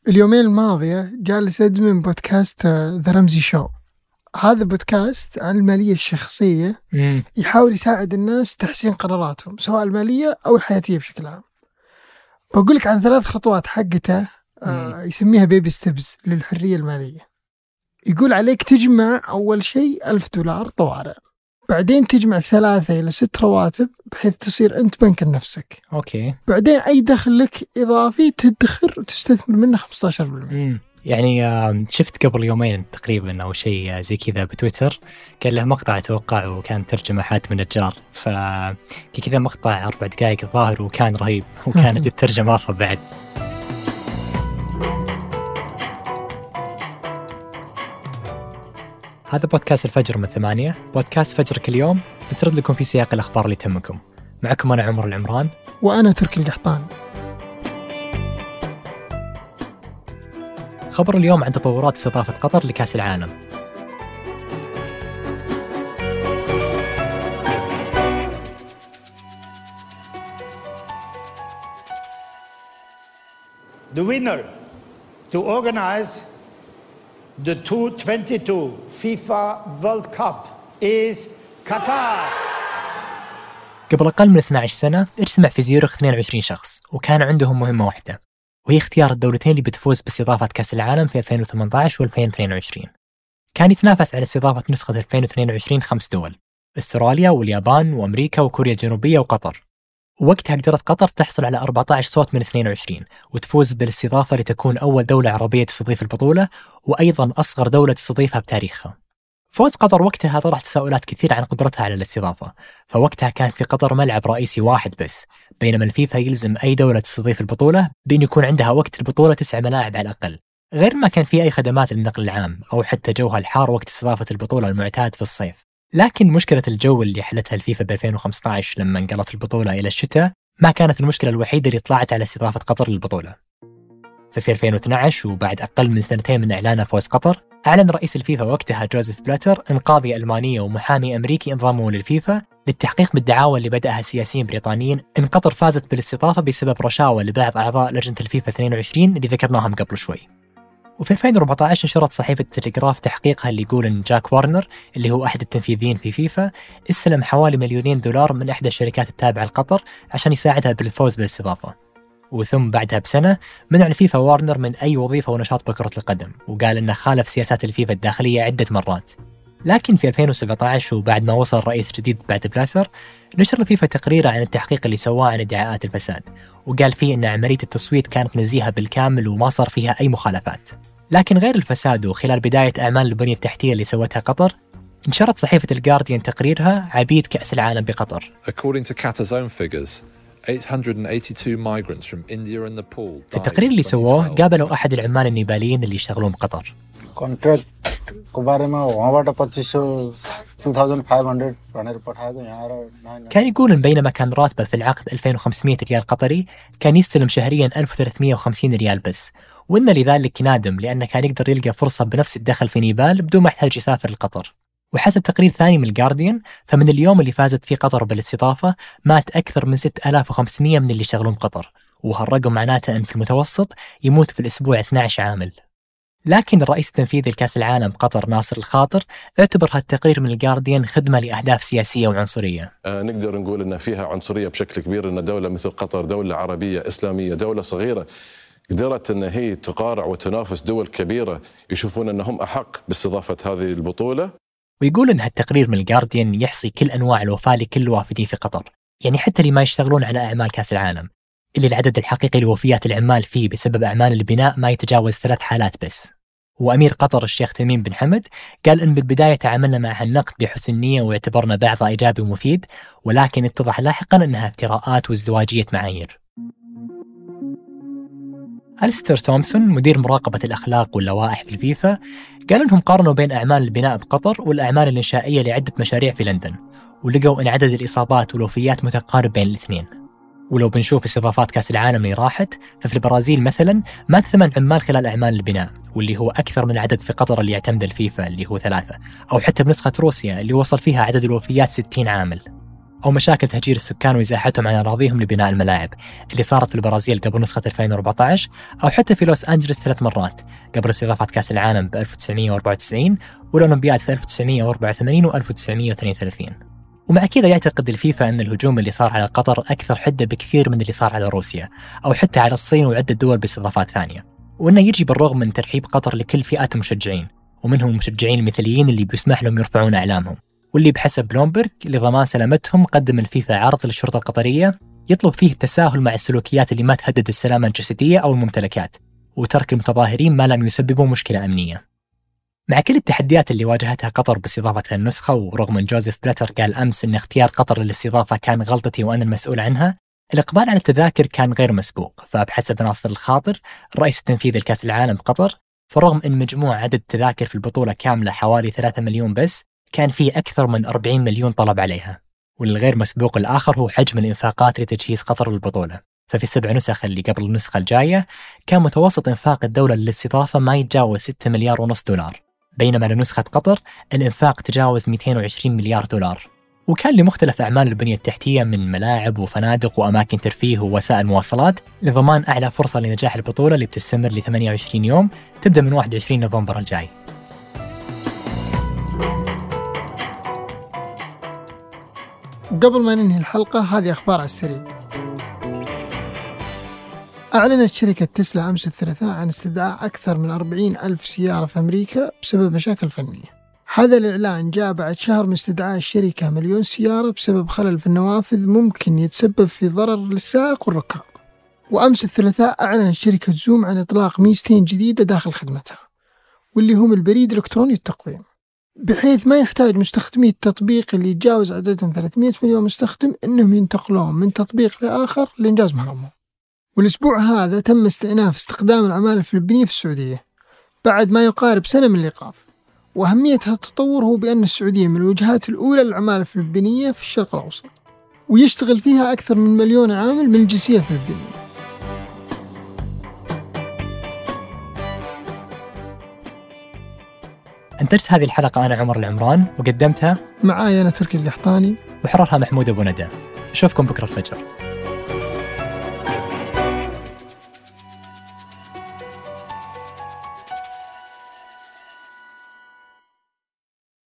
اليومين الماضية جالس أدمن بودكاست ذا رمزي شو. هذا بودكاست عن المالية الشخصية، يحاول يساعد الناس تحسين قراراتهم سواء المالية أو الحياتية بشكل عام. بقول لك عن 3 خطوات حقته، يسميها بيبي ستيبس للحرية المالية. يقول عليك تجمع أول شيء $1000 طوارئ، بعدين تجمع 3 إلى 6 رواتب بحيث تصير أنت بنك لنفسك. أوكي. بعدين أي دخل لك إضافي تدخر وتستثمر منه 15%. يعني شفت قبل يومين تقريبا أو شيء زي كذا بتويتر، كان له مقطع أتوقع وكان ترجمة حاتم النجار، فكذا مقطع 4 دقائق الظاهر وكان رهيب وكانت الترجمة أفضل بعد. هذا بودكاست الفجر من 8، بودكاست فجر كل يوم نسرد لكم في سياق الأخبار اللي تهمكم. معكم أنا عمر العمران وأنا تركي القحطان. خبر اليوم عن تطورات استضافة قطر لكأس العالم. The winner to organize the 2022 FIFA World Cup is Qatar. قبل أقل من 12 سنة اجتمع في زيورخ 22 شخص وكان عندهم مهمة واحدة، وهي اختيار الدولتين اللي بتفوز باستضافة كأس العالم في 2018 و2022. كان يتنافس على استضافة نسخة 2022 5 دول: استراليا واليابان وأمريكا وكوريا الجنوبية وقطر. ووقتها قدرت قطر تحصل على 14 صوت من 22 وتفوز بالاستضافة لتكون أول دولة عربية تستضيف البطولة، وأيضا أصغر دولة تستضيفها بتاريخها. فوز قطر وقتها طرح تساؤلات كثير عن قدرتها على الاستضافة، فوقتها كان في قطر ملعب رئيسي واحد بس، بينما الفيفا يلزم أي دولة تستضيف البطولة بأن يكون عندها وقت البطولة 9 ملاعب على الأقل، غير ما كان في أي خدمات للنقل العام أو حتى جوها الحار وقت استضافة البطولة المعتاد في الصيف. لكن مشكلة الجو اللي حلتها الفيفا ب 2015 لما انقلت البطولة إلى الشتاء ما كانت المشكلة الوحيدة اللي طلعت على استضافة قطر للبطولة. ففي 2012 وبعد أقل من 2 من إعلان فوز قطر، أعلن رئيس الفيفا وقتها جوزيف بلاتر أن قاضية ألمانية ومحامي أمريكي انضموا للفيفا للتحقيق بالدعاوى اللي بدأها سياسيين بريطانيين أن قطر فازت بالاستضافة بسبب رشاوى لبعض أعضاء لجنة الفيفا 22 اللي ذكرناهم قبل شوي. وفي 2014 نشرت صحيفة التلغراف تحقيقها اللي يقول أن جاك وارنر اللي هو أحد التنفيذيين في فيفا استلم حوالي $2 من إحدى الشركات التابعة لقطر عشان يساعدها بالفوز بالاستضافة. وثم بعدها بسنة منع الفيفا وارنر من أي وظيفة ونشاط بكرة القدم، وقال أنه خالف سياسات الفيفا الداخلية عدة مرات. لكن في 2017 وبعد ما وصل رئيس جديد بعد بلاتر، نشر الفيفا تقرير عن التحقيق اللي سواه عن ادعاءات الفساد، وقال فيه أن عملية التصويت كانت نزيهة بالكامل وما صار فيها أي مخالفات. لكن غير الفساد وخلال بداية أعمال البنية التحتية اللي سوتها قطر، نشرت صحيفة الجارديان تقريرها عبيد كأس العالم بقطر. According to Qatar's own figures, 882 migrants from India and Nepal. في التقرير اللي سووه قابلوا أحد العمال النيباليين اللي يشتغلون بقطر. كونتراكت के बारे में वहांबाट 2500 كان يقول إن بينما كان راتبه في العقد 2500 ريال قطري، كان يستلم شهريا 1350 ريال بس، وإن لذلك نادم لأنه كان يقدر يلقى فرصة بنفس الدخل في نيبال بدون ما يحتاج يسافر لقطر. وحسب تقرير ثاني من الجارديان، فمن اليوم اللي فازت فيه قطر بالاستضافة مات أكثر من 6500 من اللي يشتغلون بقطر، وهالرقم معناته أن في المتوسط يموت في الأسبوع 12 عامل. لكن الرئيس التنفيذي لكأس العالم قطر ناصر الخاطر اعتبر هالتقرير من الجارديان خدمة لأهداف سياسية وعنصرية. نقدر نقول أن فيها عنصرية بشكل كبير، أن دولة مثل قطر دولة عربية إسلامية، دولة صغيرة قدرت أن هي تقارع وتنافس دول كبيرة يشوفون أنهم أحق باستضافة هذه البطولة. ويقول أن هالتقرير من الجارديان يحصي كل أنواع الوفاة لكل الوافدين في قطر، يعني حتى اللي ما يشتغلون على أعمال كأس العالم، اللي العدد الحقيقي لوفيات العمال فيه بسبب أعمال البناء ما يتجاوز 3 حالات بس. وأمير قطر الشيخ تميم بن حمد قال إن بالبداية تعاملنا مع هالنقد بحسن نية واعتبرنا بعضه إيجابي ومفيد، ولكن اتضح لاحقا أنها افتراءات وازدواجية معايير. ألستر تومسون مدير مراقبة الأخلاق واللوائح في الفيفا قال إنهم قارنوا بين أعمال البناء بقطر والأعمال الإنشائية لعدة مشاريع في لندن، ولقوا أن عدد الإصابات والوفيات متقارب بين الاثنين. ولو بنشوف استضافات كأس العالم اللي راحت، ففي البرازيل مثلا مات 8 عمال خلال أعمال البناء، واللي هو أكثر من العدد في قطر اللي يعتمد الفيفا اللي هو 3، أو حتى بنسخة روسيا اللي وصل فيها عدد الوفيات 60 عامل. أو مشاكل تهجير السكان وإزاحتهم عن أراضيهم لبناء الملاعب اللي صارت في البرازيل قبل نسخة 2014، أو حتى في لوس أنجلس 3 مرات قبل استضافة كأس العالم ب 1994 والأولمبياد في 1984 و 1932. ومع كذا يعتقد الفيفا أن الهجوم اللي صار على قطر أكثر حدة بكثير من اللي صار على روسيا أو حتى على الصين وعدة دول باستضافات ثانية، وأنه يجي بالرغم من ترحيب قطر لكل فئات المشجعين، ومنهم المشجعين المثليين اللي بيسمح لهم يرفعون أعلامهم، واللي بحسب بلومبرغ لضمان سلامتهم قدم الفيفا عرض للشرطة القطرية يطلب فيه التساهل مع السلوكيات اللي ما تهدد السلامة الجسدية أو الممتلكات، وترك المتظاهرين ما لم يسببوا مشكلة أمنية. مع كل التحديات اللي واجهتها قطر باستضافة النسخة، ورغم أن جوزيف بلاتر قال أمس أن اختيار قطر للاستضافة كان غلطتي وأنا المسؤول عنها، الإقبال على التذاكر كان غير مسبوق. فبحسب ناصر الخاطر الرئيس التنفيذي لكأس العالم قطر، فرغم أن مجموع عدد التذاكر في البطولة كاملة حوالي 3 مليون بس، كان فيه أكثر من 40 مليون طلب عليها. والغير مسبوق الآخر هو حجم الإنفاقات لتجهيز قطر للبطولة. ففي 7 نسخ اللي قبل النسخة الجاية كان متوسط إنفاق الدولة للاستضافة ما يتجاوز 6 مليار ونص دولار، بينما لنسخة قطر الإنفاق تجاوز 220 مليار دولار. وكان لمختلف أعمال البنية التحتية من ملاعب وفنادق وأماكن ترفيه ووسائل مواصلات لضمان أعلى فرصة لنجاح البطولة اللي بتستمر ل 28 يوم تبدأ من 21 نوفمبر الجاي. قبل ما ننهي الحلقة هذه أخبار على السريع. أعلنت شركة تسلا أمس الثلاثاء عن استدعاء أكثر من 40,000 سيارة في أمريكا بسبب مشاكل فنية. هذا الإعلان جاء بعد شهر من استدعاء الشركة 1,000,000 سيارة بسبب خلل في النوافذ ممكن يتسبب في ضرر للسائق والركاب. وأمس الثلاثاء أعلنت شركة زوم عن إطلاق ميزتين جديدة داخل خدمتها، واللي هم البريد الإلكتروني التقويم، بحيث ما يحتاج مستخدمي التطبيق اللي يتجاوز عددهم 300 مليون مستخدم إنهم ينتقلون من تطبيق لآخر لإنجاز مهامهم. والأسبوع هذا تم استئناف استخدام العمالة الفلبينية في السعودية بعد ما يقارب سنة من الإيقاف. وأهمية هذا التطور هو بأن السعودية من الوجهات الأولى للعمالة الفلبينية في الشرق الأوسط، ويشتغل فيها أكثر من 1,000,000 عامل من الجنسية الفلبينية. أنتجت هذه الحلقة أنا عمر العمران، وقدمتها معاي أنا تركي القحطاني، وحررها محمود أبو ندى. أشوفكم بكرة الفجر.